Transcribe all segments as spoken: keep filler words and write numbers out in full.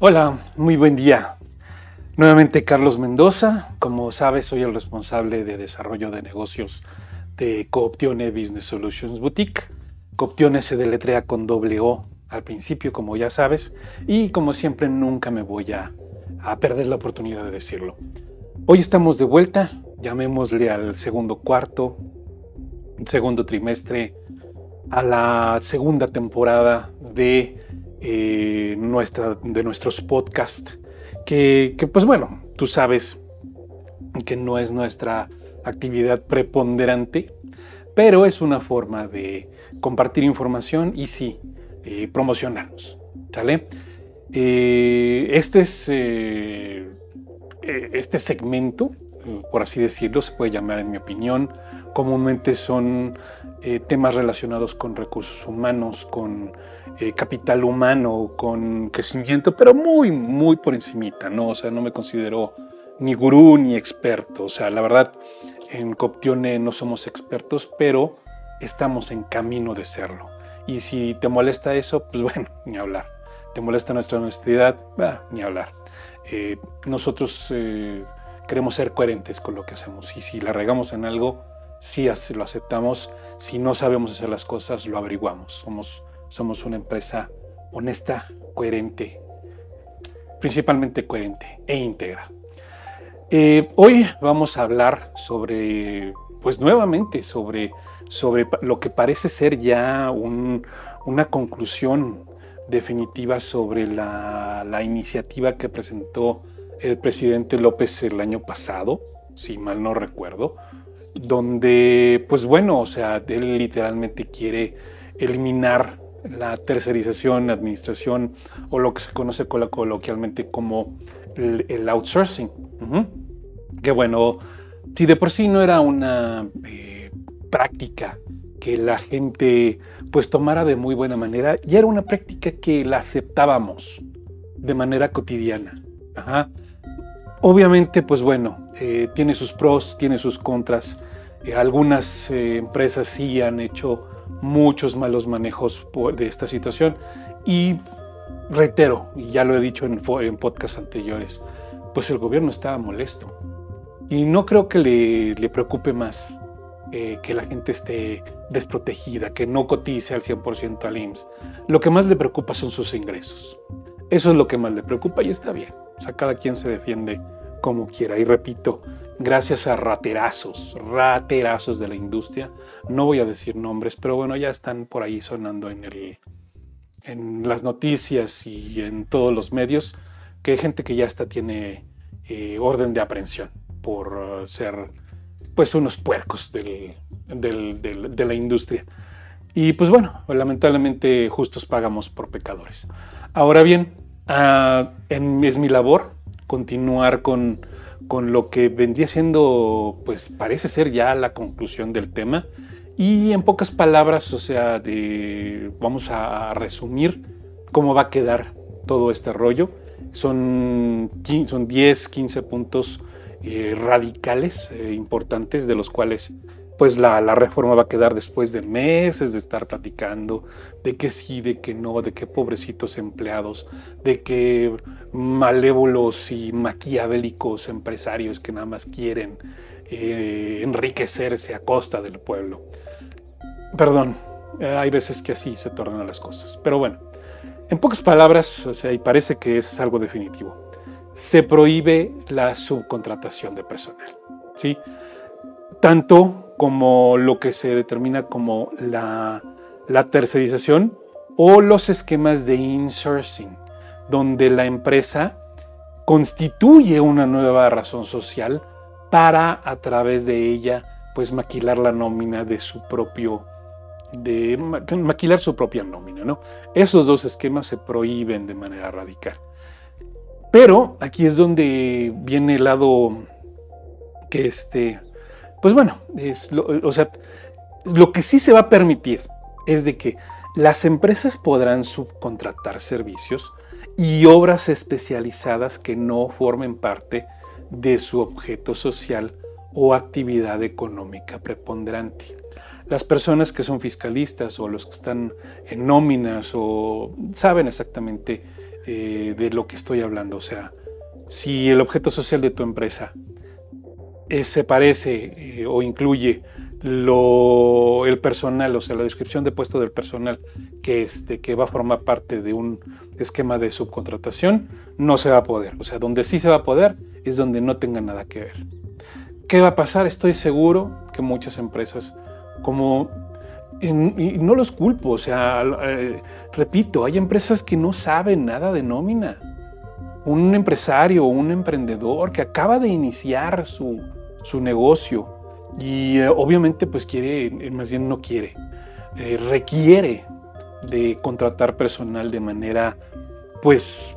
Hola, muy buen día. Nuevamente Carlos Mendoza. Como sabes, soy el responsable de desarrollo de negocios de Cooptione Business Solutions Boutique. Cooptione se deletrea con doble O al principio, como ya sabes, y como siempre nunca me voy a, a perder la oportunidad de decirlo. Hoy estamos de vuelta, llamémosle al segundo cuarto, segundo trimestre, a la segunda temporada de, eh, nuestra, de nuestros podcasts, que, que pues bueno, tú sabes que no es nuestra actividad preponderante, pero es una forma de compartir información y sí, eh, promocionarnos, ¿sale? Eh, este es eh, este segmento, por así decirlo, se puede llamar, en mi opinión, comúnmente son eh, temas relacionados con recursos humanos, con eh, capital humano, con crecimiento, pero muy, muy por encimita, ¿no? O sea, no me considero ni gurú ni experto. O sea, la verdad, en Cooptione no somos expertos, pero estamos en camino de serlo. Y si te molesta eso, pues bueno, ni hablar. ¿Te molesta nuestra honestidad? Bah, ni hablar. Eh, nosotros eh, queremos ser coherentes con lo que hacemos, y si la regamos en algo, sí lo aceptamos. Si no sabemos hacer las cosas, lo averiguamos. Somos, somos una empresa honesta, coherente, principalmente coherente e íntegra. Eh, hoy vamos a hablar sobre, pues nuevamente, sobre, sobre lo que parece ser ya un, una conclusión definitiva sobre la, la iniciativa que presentó el presidente López el año pasado, si mal no recuerdo, donde, pues bueno, o sea, él literalmente quiere eliminar la tercerización, administración, o lo que se conoce coloquialmente como el, el outsourcing. Uh-huh. Que bueno, si de por sí no era una eh, práctica que la gente pues tomara de muy buena manera, ya era una práctica que la aceptábamos de manera cotidiana. Ajá. Obviamente, pues bueno, eh, tiene sus pros, tiene sus contras. Eh, algunas eh, empresas sí han hecho muchos malos manejos por, de esta situación, y reitero, y ya lo he dicho en, en podcasts anteriores, pues el gobierno estaba molesto y no creo que le, le preocupe más eh, que la gente esté desprotegida, que no cotice al cien por ciento al I M S S. Lo que más le preocupa son sus ingresos. Eso es lo que más le preocupa, y está bien. O sea, cada quien se defiende como quiera. Y repito, gracias a raterazos, raterazos de la industria, no voy a decir nombres, pero bueno, ya están por ahí sonando en, el, en las noticias y en todos los medios, que hay gente que ya hasta tiene eh, orden de aprehensión por uh, ser pues unos puercos del, del, del, de la industria. Y pues bueno, lamentablemente justos pagamos por pecadores. Ahora bien, uh, en, es mi labor continuar con, con lo que vendría siendo, pues parece ser ya la conclusión del tema. Y en pocas palabras, o sea, de, vamos a, a resumir cómo va a quedar todo este rollo. Son, son diez, quince puntos eh, radicales, eh, importantes, de los cuales pues la, la reforma va a quedar después de meses de estar platicando de que sí, de que no, de que pobrecitos empleados, de que malévolos y maquiavélicos empresarios que nada más quieren eh, enriquecerse a costa del pueblo. Perdón, eh, hay veces que así se tornan las cosas, pero bueno, en pocas palabras, o sea, y parece que es algo definitivo, se prohíbe la subcontratación de personal, ¿sí? Tanto como lo que se determina como la, la tercerización o los esquemas de insourcing, donde la empresa constituye una nueva razón social para, a través de ella, pues maquilar la nómina de su propio, de maquilar su propia nómina, ¿no? Esos dos esquemas se prohíben de manera radical. Pero aquí es donde viene el lado que este... Pues bueno, es lo, o sea, lo que sí se va a permitir es de que las empresas podrán subcontratar servicios y obras especializadas que no formen parte de su objeto social o actividad económica preponderante. Las personas que son fiscalistas o los que están en nóminas o saben exactamente eh, de lo que estoy hablando. O sea, si el objeto social de tu empresa eh, se parece eh, o incluye lo, el personal, o sea, la descripción de puesto del personal que, este, que va a formar parte de un esquema de subcontratación, no se va a poder. O sea, donde sí se va a poder es donde no tenga nada que ver. ¿Qué va a pasar? Estoy seguro que muchas empresas, como, en, y no los culpo, o sea, eh, repito, hay empresas que no saben nada de nómina. Un empresario o un emprendedor que acaba de iniciar su, su negocio y eh, obviamente pues quiere, más bien no quiere, eh, requiere de contratar personal de manera, pues,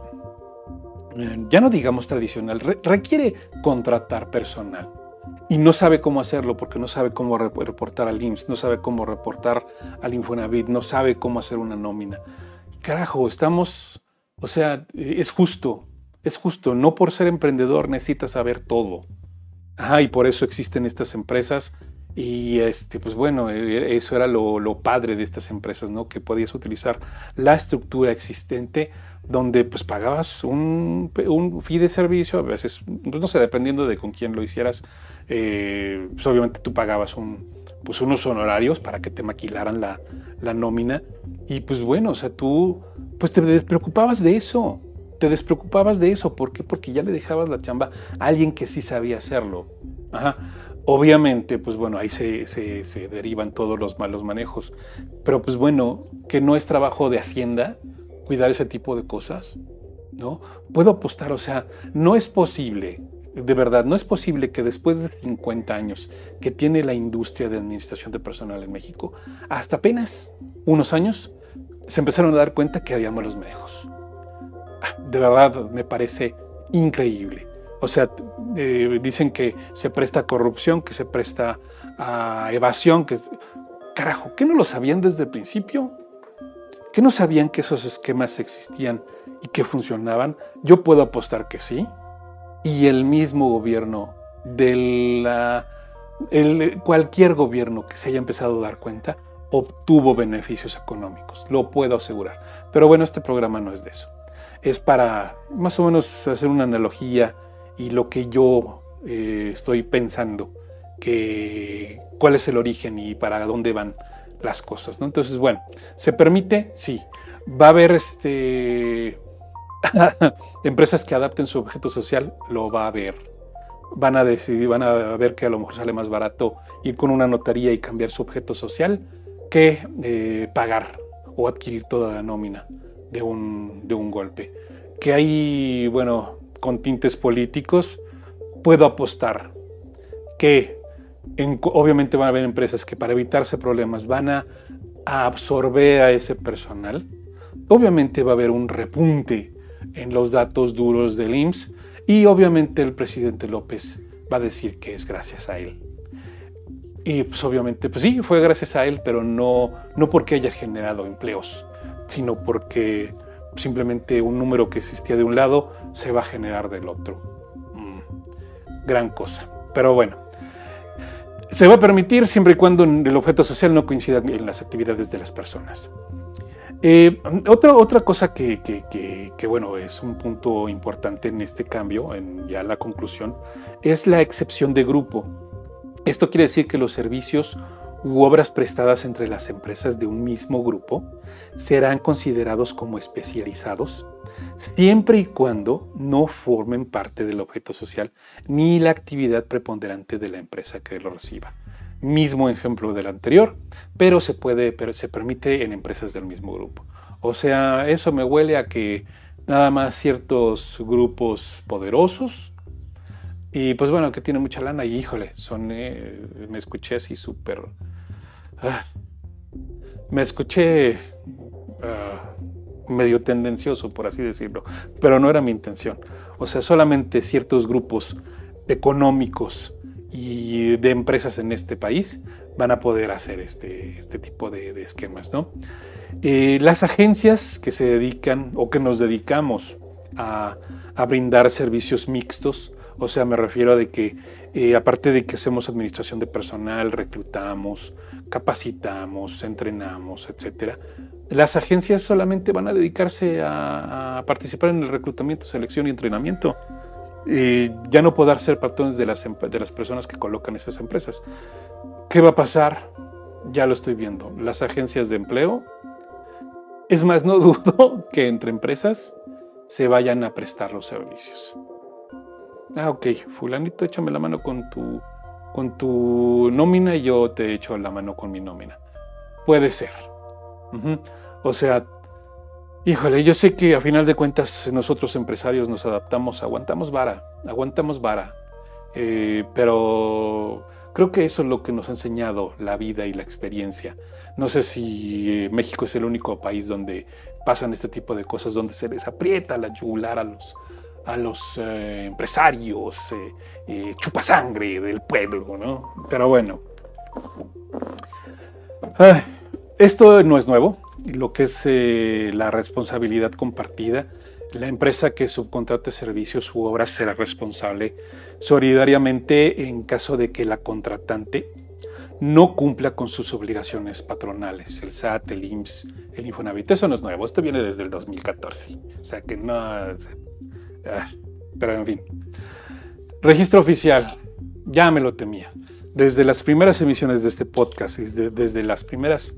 eh, ya no digamos tradicional, re requiere contratar personal. Y no sabe cómo hacerlo porque no sabe cómo reportar al I M S S, no sabe cómo reportar al Infonavit, no sabe cómo hacer una nómina. Carajo, estamos, o sea, es justo, es justo. No por ser emprendedor necesitas saber todo. Ajá, y por eso existen estas empresas. Y este, pues bueno, eso era lo, lo padre de estas empresas, ¿no? Que podías utilizar la estructura existente donde pues pagabas un, un fee de servicio, a veces, pues no sé, dependiendo de con quién lo hicieras, eh, pues obviamente tú pagabas un, pues unos honorarios para que te maquilaran la, la nómina. Y pues bueno, o sea, tú pues te despreocupabas de eso, te despreocupabas de eso. ¿Por qué? Porque ya le dejabas la chamba a alguien que sí sabía hacerlo. Ajá. Obviamente, pues bueno, ahí se, se, se derivan todos los malos manejos. Pero pues bueno, que no es trabajo de Hacienda cuidar ese tipo de cosas, ¿no? Puedo apostar, o sea, no es posible, de verdad, no es posible que después de cincuenta años que tiene la industria de administración de personal en México, hasta apenas unos años se empezaron a dar cuenta que había malos manejos. De verdad, me parece increíble. O sea, eh, dicen que se presta a corrupción, que se presta a evasión, que... Carajo, ¿qué no lo sabían desde el principio? ¿Qué no sabían que esos esquemas existían y que funcionaban? Yo puedo apostar que sí. Y el mismo gobierno, de la, el, cualquier gobierno que se haya empezado a dar cuenta, obtuvo beneficios económicos, lo puedo asegurar. Pero bueno, este programa no es de eso. Es para más o menos hacer una analogía y lo que yo eh, estoy pensando, que cuál es el origen y para dónde van las cosas, ¿no? Entonces, bueno, ¿se permite? Sí. ¿Va a haber este empresas que adapten su objeto social? Lo va a haber. Van a decidir, van a ver que a lo mejor sale más barato ir con una notaría y cambiar su objeto social que eh, pagar o adquirir toda la nómina de un, de un golpe. Que hay, bueno, con tintes políticos, puedo apostar que en, obviamente van a haber empresas que para evitarse problemas van a, a absorber a ese personal. Obviamente va a haber un repunte en los datos duros del I M S S y obviamente el presidente López va a decir que es gracias a él. Y pues obviamente, pues sí, fue gracias a él, pero no, no porque haya generado empleos, sino porque simplemente un número que existía de un lado se va a generar del otro. Mm, gran cosa. Pero bueno, se va a permitir siempre y cuando el objeto social no coincida en las actividades de las personas. Eh, otra, otra cosa que, que, que, que, bueno, es un punto importante en este cambio, en ya la conclusión, es la excepción de grupo. Esto quiere decir que los servicios u obras prestadas entre las empresas de un mismo grupo serán considerados como especializados siempre y cuando no formen parte del objeto social ni la actividad preponderante de la empresa que lo reciba. Mismo ejemplo del anterior, pero se puede, pero se permite en empresas del mismo grupo. O sea, eso me huele a que nada más ciertos grupos poderosos y pues bueno, que tienen mucha lana y híjole, son, eh, me escuché así súper, ah, me escuché uh, medio tendencioso, por así decirlo, pero no era mi intención. O sea, solamente ciertos grupos económicos y de empresas en este país van a poder hacer este, este tipo de, de esquemas, ¿no? Eh, las agencias que se dedican o que nos dedicamos a, a brindar servicios mixtos, o sea, me refiero a de que eh, aparte de que hacemos administración de personal, reclutamos, capacitamos, entrenamos, etcétera, Las agencias solamente van a dedicarse a, a participar en el reclutamiento, selección y entrenamiento. Eh, ya no podrán ser patrones de las, de las personas que colocan esas empresas. ¿Qué va a pasar? Ya lo estoy viendo. Las agencias de empleo, es más, no dudo que entre empresas se vayan a prestar los servicios. Ah, ok, fulanito, échame la mano con tu, con tu nómina y yo te echo la mano con mi nómina. Puede ser. Uh-huh. O sea, híjole, yo sé que a final de cuentas nosotros empresarios nos adaptamos, aguantamos vara, aguantamos vara. Eh, pero creo que eso es lo que nos ha enseñado la vida y la experiencia. No sé si eh, México es el único país donde pasan este tipo de cosas, donde se les aprieta la yugular a los, a los eh, empresarios, eh, eh, chupasangre del pueblo, ¿no? Pero bueno. Ay, esto no es nuevo. Lo que es eh, la responsabilidad compartida. La empresa que subcontrate servicios u obras será responsable solidariamente en caso de que la contratante no cumpla con sus obligaciones patronales. El S A T, el I M S S, el Infonavit. Eso no es nuevo, esto viene desde el dos mil catorce. O sea que no... Ah, pero en fin. Registro oficial. Ya me lo temía. Desde las primeras emisiones de este podcast, desde, desde las primeras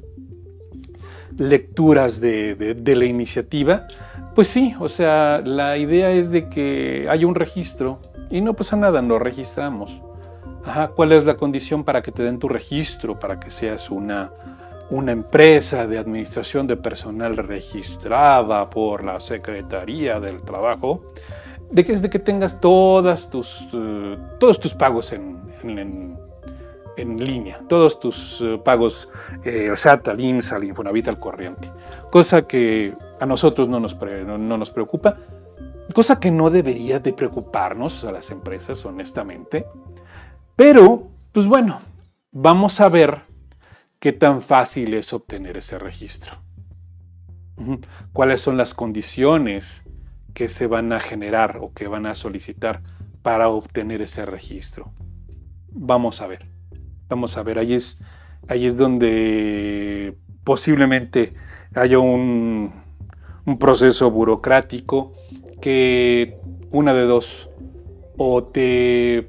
lecturas de, de, de la iniciativa, pues sí, o sea, la idea es de que haya un registro y no pasa nada, nos registramos. Ajá, ¿cuál es la condición para que te den tu registro? Para que seas una, una empresa de administración de personal registrada por la Secretaría del Trabajo, de que es de que tengas todas tus, uh, todos tus pagos en, en, en en línea, todos tus uh, pagos eh, al S A T, al I M S S, al Infonavit, al corriente, cosa que a nosotros no nos, pre, no, no nos preocupa, cosa que no debería de preocuparnos a las empresas, honestamente, pero, pues bueno, vamos a ver qué tan fácil es obtener ese registro. Uh-huh. ¿Cuáles son las condiciones que se van a generar o que van a solicitar para obtener ese registro? Vamos a ver. Vamos a ver, ahí es, ahí es donde posiblemente haya un, un proceso burocrático que una de dos, o te,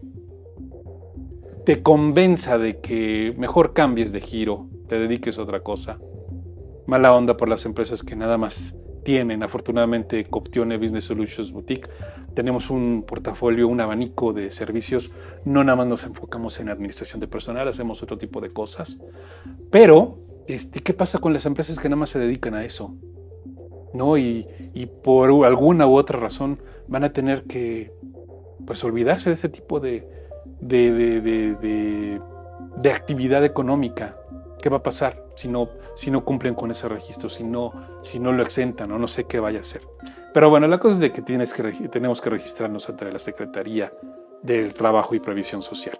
te convenza de que mejor cambies de giro, te dediques a otra cosa. Mala onda por las empresas que nada más tienen. Afortunadamente, Coptione Business Solutions Boutique, tenemos un portafolio, un abanico de servicios. No nada más nos enfocamos en administración de personal, hacemos otro tipo de cosas. Pero, este, ¿qué pasa con las empresas que nada más se dedican a eso? ¿No? Y, y por alguna u otra razón van a tener que, pues, olvidarse de ese tipo de, de, de, de, de, de actividad económica. ¿Qué va a pasar si no, si no cumplen con ese registro, si no, si no lo exentan o no sé qué vaya a hacer? Pero bueno, la cosa es de que, tienes que tenemos que registrarnos ante la Secretaría del Trabajo y Previsión Social.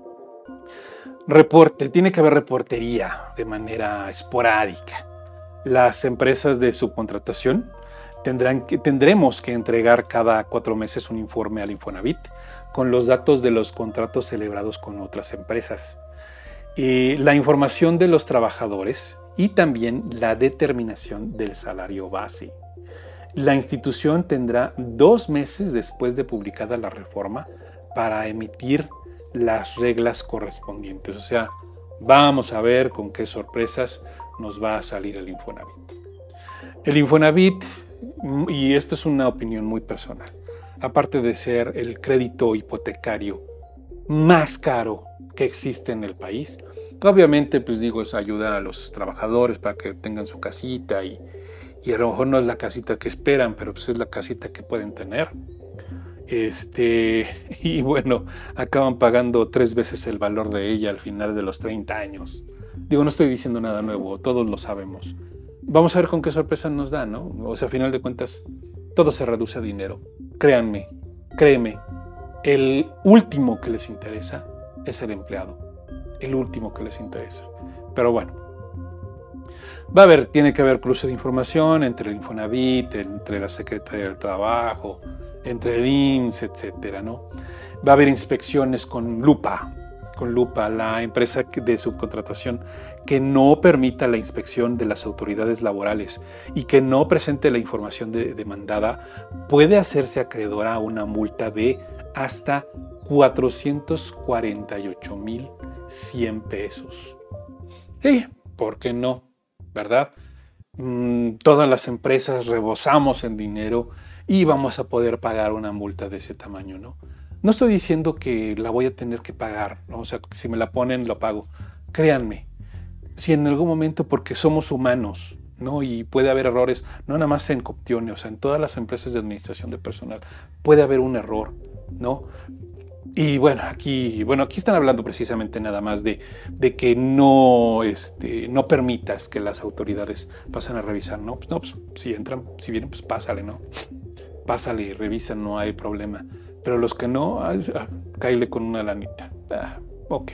Reporte, tiene que haber reportería de manera esporádica. Las empresas de subcontratación tendrán que, tendremos que entregar cada cuatro meses un informe al Infonavit con los datos de los contratos celebrados con otras empresas. Eh, la información de los trabajadores y también la determinación del salario base. La institución tendrá dos meses después de publicada la reforma para emitir las reglas correspondientes. O sea, vamos a ver con qué sorpresas nos va a salir el Infonavit. El Infonavit, y esto es una opinión muy personal, aparte de ser el crédito hipotecario más caro que existe en el país, obviamente, pues digo, eso ayuda a los trabajadores para que tengan su casita y, y a lo mejor no es la casita que esperan, pero pues es la casita que pueden tener. Este, y bueno, acaban pagando tres veces el valor de ella al final de los treinta años. Digo, no estoy diciendo nada nuevo, todos lo sabemos. Vamos a ver con qué sorpresa nos da, ¿no? O sea, a final de cuentas, todo se reduce a dinero. Créanme, créeme, el último que les interesa es el empleado. El último que les interesa. Pero bueno, va a haber, tiene que haber cruce de información entre el Infonavit, entre la Secretaría del Trabajo, entre el I M S S, etcétera, ¿no? Va a haber inspecciones con lupa, con lupa a la empresa de subcontratación que no permita la inspección de las autoridades laborales y que no presente la información de, demandada, puede hacerse acreedora a una multa de hasta cuatrocientos cuarenta y ocho mil cien pesos. Sí, ¿por qué no? ¿Verdad? Mm, todas las empresas rebosamos en dinero y vamos a poder pagar una multa de ese tamaño, ¿no? No estoy diciendo que la voy a tener que pagar, ¿no? O sea, si me la ponen, lo pago. Créanme, si en algún momento, porque somos humanos, ¿no? Y puede haber errores, no nada más en Coptione, o sea, en todas las empresas de administración de personal, puede haber un error, ¿no? Y bueno, aquí, bueno, aquí están hablando precisamente nada más de, de que no, este, no permitas que las autoridades pasen a revisar, ¿no? Pues no, pues si entran, si vienen, pues pásale, ¿no? Pásale, revisa, no hay problema. Pero los que no, ah, cáele con una lanita. Ah, ok.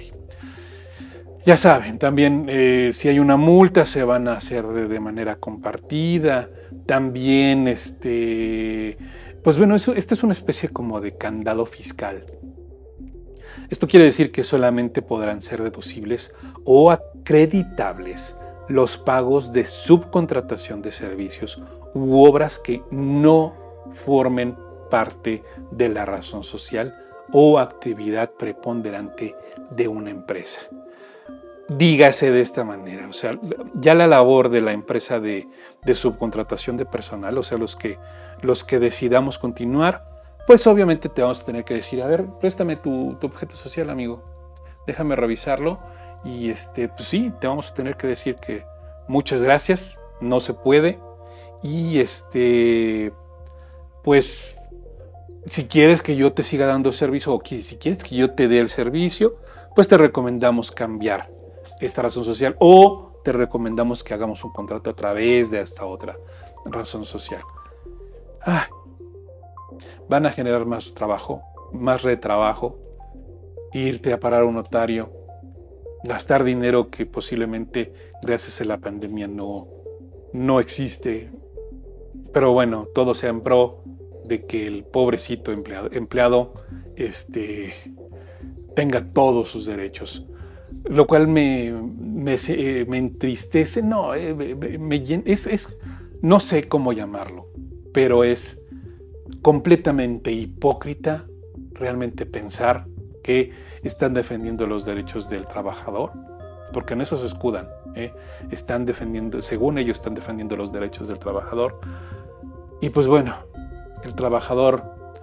Ya saben, también eh, si hay una multa se van a hacer de, de manera compartida. También, este, pues bueno, eso, esta es una especie como de candado fiscal. Esto quiere decir que solamente podrán ser deducibles o acreditables los pagos de subcontratación de servicios u obras que no formen parte de la razón social o actividad preponderante de una empresa. Dígase de esta manera, o sea, ya la labor de la empresa de, de subcontratación de personal, o sea, los que, los que decidamos continuar, pues obviamente te vamos a tener que decir, a ver, préstame tu, tu objeto social, amigo, déjame revisarlo, y este, pues sí, te vamos a tener que decir que muchas gracias, no se puede, y este, pues, si quieres que yo te siga dando servicio, o si quieres que yo te dé el servicio, pues te recomendamos cambiar esta razón social, o te recomendamos que hagamos un contrato a través de esta otra razón social. Ah, van a generar más trabajo, más retrabajo, irte a parar a un notario, gastar dinero que posiblemente gracias a la pandemia no, no existe. Pero bueno, todo sea en pro de que el pobrecito empleado, empleado este, tenga todos sus derechos. Lo cual me, me, me entristece, no, me, me, es, es, no sé cómo llamarlo, pero es completamente hipócrita realmente pensar que están defendiendo los derechos del trabajador, porque en eso se escudan, ¿eh? Están defendiendo, según ellos están defendiendo los derechos del trabajador, y pues bueno, el trabajador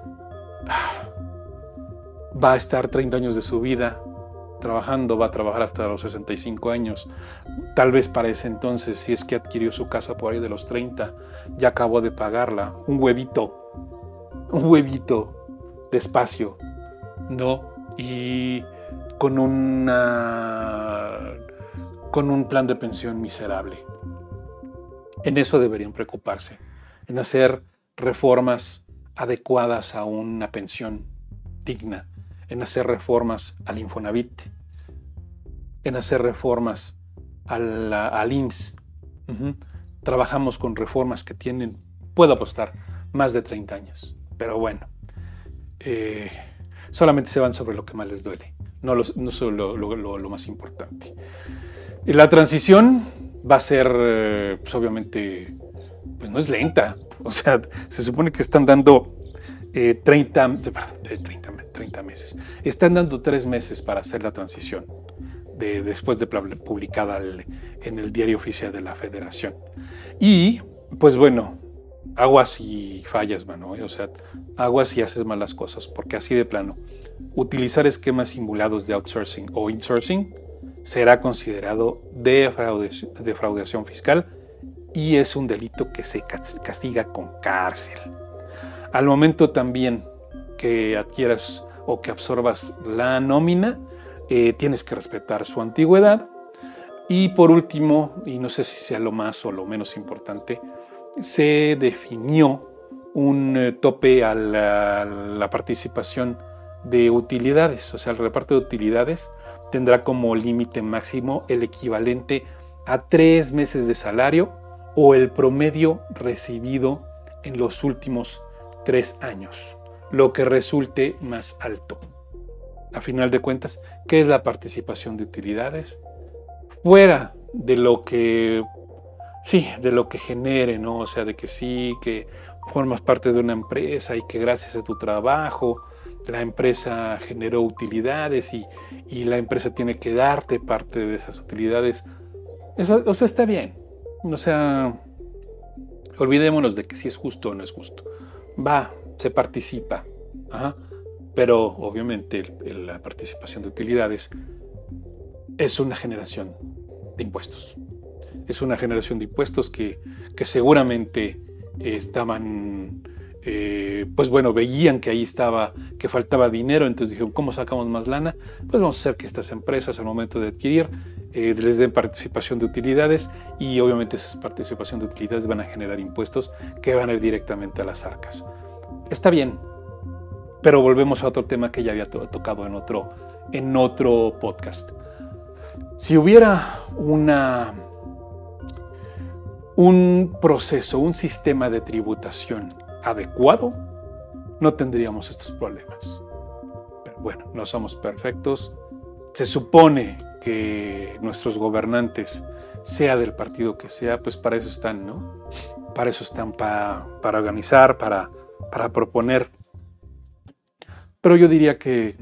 va a estar treinta años de su vida trabajando, va a trabajar hasta los sesenta y cinco años, tal vez para ese entonces, si es que adquirió su casa por ahí de los treinta, ya acabó de pagarla, un huevito, un huevito de espacio, ¿no? Y con una, con un plan de pensión miserable. En eso deberían preocuparse, en hacer reformas adecuadas a una pensión digna, en hacer reformas al Infonavit, en hacer reformas al, al I M S S. Uh-huh. Trabajamos con reformas que tienen, puedo apostar, más de treinta años. Pero bueno, eh, solamente se van sobre lo que más les duele, no, los, no solo lo, lo, lo más importante. Y la transición va a ser, eh, pues obviamente, pues no es lenta. O sea, se supone que están dando eh, treinta, treinta, treinta meses. Están dando tres meses para hacer la transición, de, después de publicada el, en el Diario Oficial de la Federación. Y, pues bueno, aguas y fallas, mano, ¿eh? O sea, aguas y haces malas cosas, porque así de plano, utilizar esquemas simulados de outsourcing o insourcing será considerado defraudación, defraudación fiscal y es un delito que se castiga con cárcel. Al momento también que adquieras o que absorbas la nómina, eh, tienes que respetar su antigüedad. Y por último, y no sé si sea lo más o lo menos importante, se definió un eh, tope a la, a la participación de utilidades, o sea, el reparto de utilidades tendrá como límite máximo el equivalente a tres meses de salario o el promedio recibido en los últimos tres años, lo que resulte más alto. a final de cuentas, qué es la participación de utilidades, fuera de lo que, sí, de lo que genere, ¿no? O sea, de que sí, que formas parte de una empresa y que gracias a tu trabajo la empresa generó utilidades y, y la empresa tiene que darte parte de esas utilidades. Eso, o sea, está bien. O sea, olvidémonos de que si es justo o no es justo. Va, se participa. Ajá. Pero obviamente el, el, la participación de utilidades es una generación de impuestos. Es una generación de impuestos que, que seguramente eh, estaban... Eh, pues bueno, veían que ahí estaba, que faltaba dinero, entonces dijeron, ¿cómo sacamos más lana? Pues vamos a hacer que estas empresas al momento de adquirir eh, les den participación de utilidades y obviamente esa participación de utilidades van a generar impuestos que van a ir directamente a las arcas. Está bien, pero volvemos a otro tema que ya había to tocado en otro, en otro podcast. Si hubiera una, un proceso, un sistema de tributación adecuado, no tendríamos estos problemas. Pero bueno, no somos perfectos. Se supone que nuestros gobernantes, sea del partido que sea, pues para eso están, ¿no? Para eso están, pa, para organizar, para, para proponer. Pero yo diría que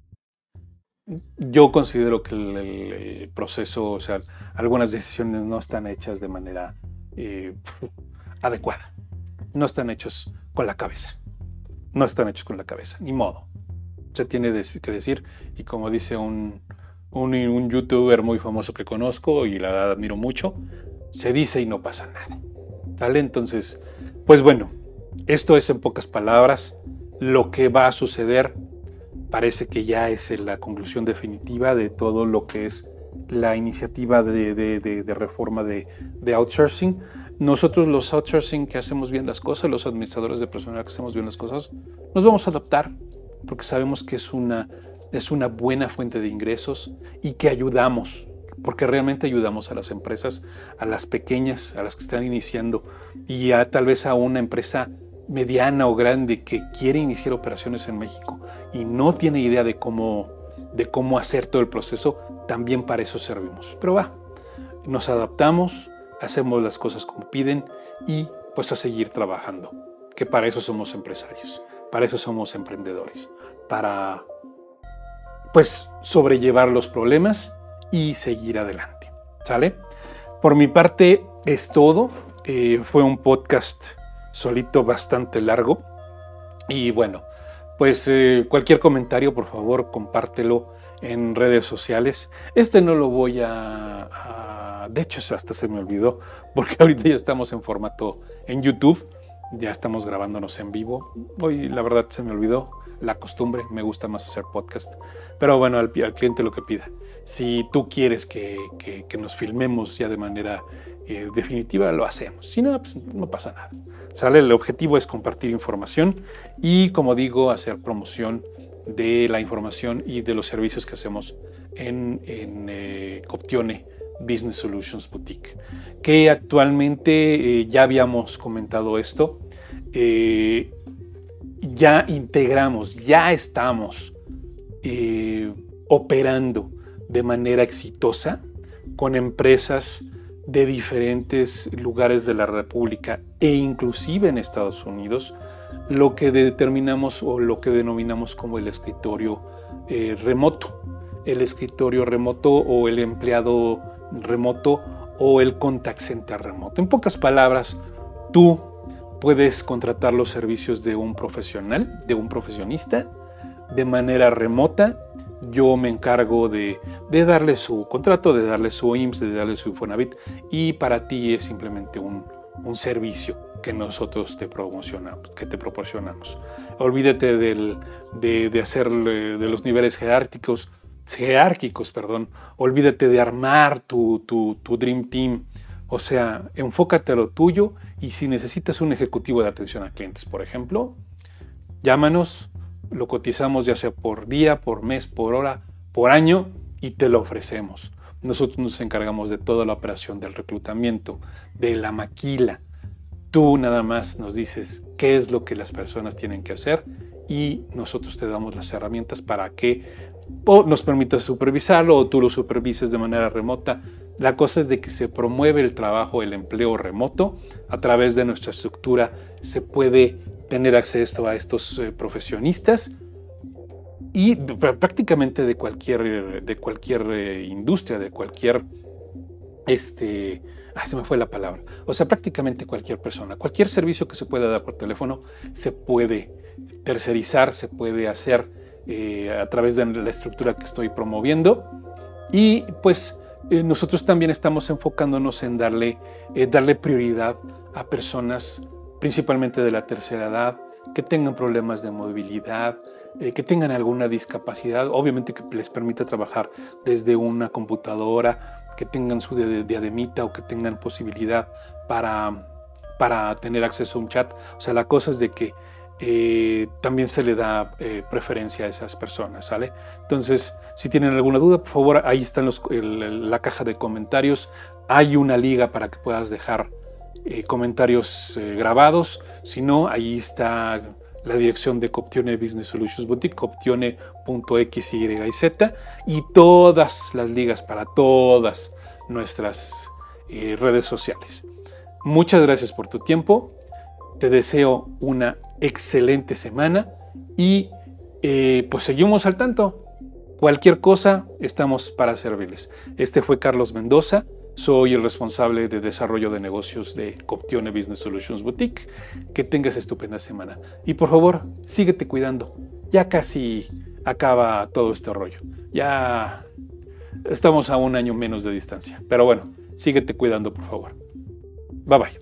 yo considero que el, el, el proceso, o sea, algunas decisiones no están hechas de manera eh, adecuada. No están hechos con la cabeza. No están hechos con la cabeza, ni modo. Se tiene que decir, y como dice un, un, un youtuber muy famoso que conozco y la verdad admiro mucho, se dice y no pasa nada. ¿Vale? Entonces, pues bueno, esto es en pocas palabras lo que va a suceder. Parece que ya es la conclusión definitiva de todo lo que es la iniciativa de, de, de, de reforma de, de outsourcing. Nosotros los outsourcing que hacemos bien las cosas, los administradores de personal que hacemos bien las cosas, nos vamos a adaptar porque sabemos que es una, es una buena fuente de ingresos y que ayudamos, porque realmente ayudamos a las empresas, a las pequeñas, a las que están iniciando y a, tal vez a una empresa mediana o grande que quiere iniciar operaciones en México y no tiene idea de cómo, de cómo hacer todo el proceso, también para eso servimos. Pero va, nos adaptamos, hacemos las cosas como piden y pues a seguir trabajando, que para eso somos empresarios, para eso somos emprendedores, para pues sobrellevar los problemas y seguir adelante, ¿sale? Por mi parte es todo, eh, fue un podcast solito bastante largo y bueno, pues eh, cualquier comentario por favor compártelo en redes sociales. Este no lo voy a, a... De hecho, hasta se me olvidó, porque ahorita ya estamos en formato en YouTube. Ya estamos grabándonos en vivo. Hoy, la verdad, se me olvidó la costumbre. Me gusta más hacer podcast. Pero bueno, al, al cliente lo que pida. Si tú quieres que, que, que nos filmemos ya de manera eh, definitiva, lo hacemos. Si no, pues no pasa nada. ¿Sale? El objetivo es compartir información y, como digo, hacer promoción de la información y de los servicios que hacemos en, en eh, Coptione Business Solutions Boutique, que actualmente eh, ya habíamos comentado esto, eh, ya integramos, ya estamos eh, operando de manera exitosa con empresas de diferentes lugares de la República e inclusive en Estados Unidos, lo que determinamos o lo que denominamos como el escritorio eh, remoto, el escritorio remoto o el empleado remoto o el contact center remoto. En pocas palabras, tú puedes contratar los servicios de un profesional, de un profesionista, de manera remota. Yo me encargo de, de darle su contrato, de darle su I M S S, de darle su Infonavit, y para ti es simplemente un, un servicio que nosotros te promocionamos, que te proporcionamos. Olvídate del, de, de hacer de los niveles jerárquicos, jerárquicos, perdón. Olvídate de armar tu, tu, tu Dream Team. O sea, enfócate a lo tuyo y si necesitas un ejecutivo de atención a clientes, por ejemplo, llámanos, lo cotizamos ya sea por día, por mes, por hora, por año y te lo ofrecemos. Nosotros nos encargamos de toda la operación del reclutamiento, de la maquila. Tú nada más nos dices qué es lo que las personas tienen que hacer y nosotros te damos las herramientas para que o nos permitas supervisarlo o tú lo supervises de manera remota. La cosa es de que se promueve el trabajo, el empleo remoto. A través de nuestra estructura se puede tener acceso a estos eh, profesionistas y prácticamente de cualquier, de cualquier eh, industria, de cualquier, este, ay, se me fue la palabra, o sea, prácticamente cualquier persona, cualquier servicio que se pueda dar por teléfono se puede tercerizar, se puede hacer eh, a través de la estructura que estoy promoviendo. Y pues eh, nosotros también estamos enfocándonos en darle, eh, darle prioridad a personas principalmente de la tercera edad, que tengan problemas de movilidad, eh, que tengan alguna discapacidad, obviamente que les permita trabajar desde una computadora, que tengan su diademita o que tengan posibilidad para, para tener acceso a un chat. O sea, la cosa es de que eh, también se le da eh, preferencia a esas personas, ¿sale? Entonces, si tienen alguna duda, por favor, ahí está la caja de comentarios. Hay una liga para que puedas dejar eh, comentarios eh, grabados. Si no, ahí está la dirección de Coptione Business Solutions Boutique, coptione punto equis y zeta, y todas las ligas para todas nuestras eh, redes sociales. Muchas gracias por tu tiempo. Te deseo una excelente semana y eh, pues seguimos al tanto. Cualquier cosa, estamos para servirles. Este fue Carlos Mendoza. Soy el responsable de desarrollo de negocios de Coptione Business Solutions Boutique. Que tengas estupenda semana. Y por favor, síguete cuidando. Ya casi acaba todo este rollo. Ya estamos a un año menos de distancia. Pero bueno, síguete cuidando, por favor. Bye bye.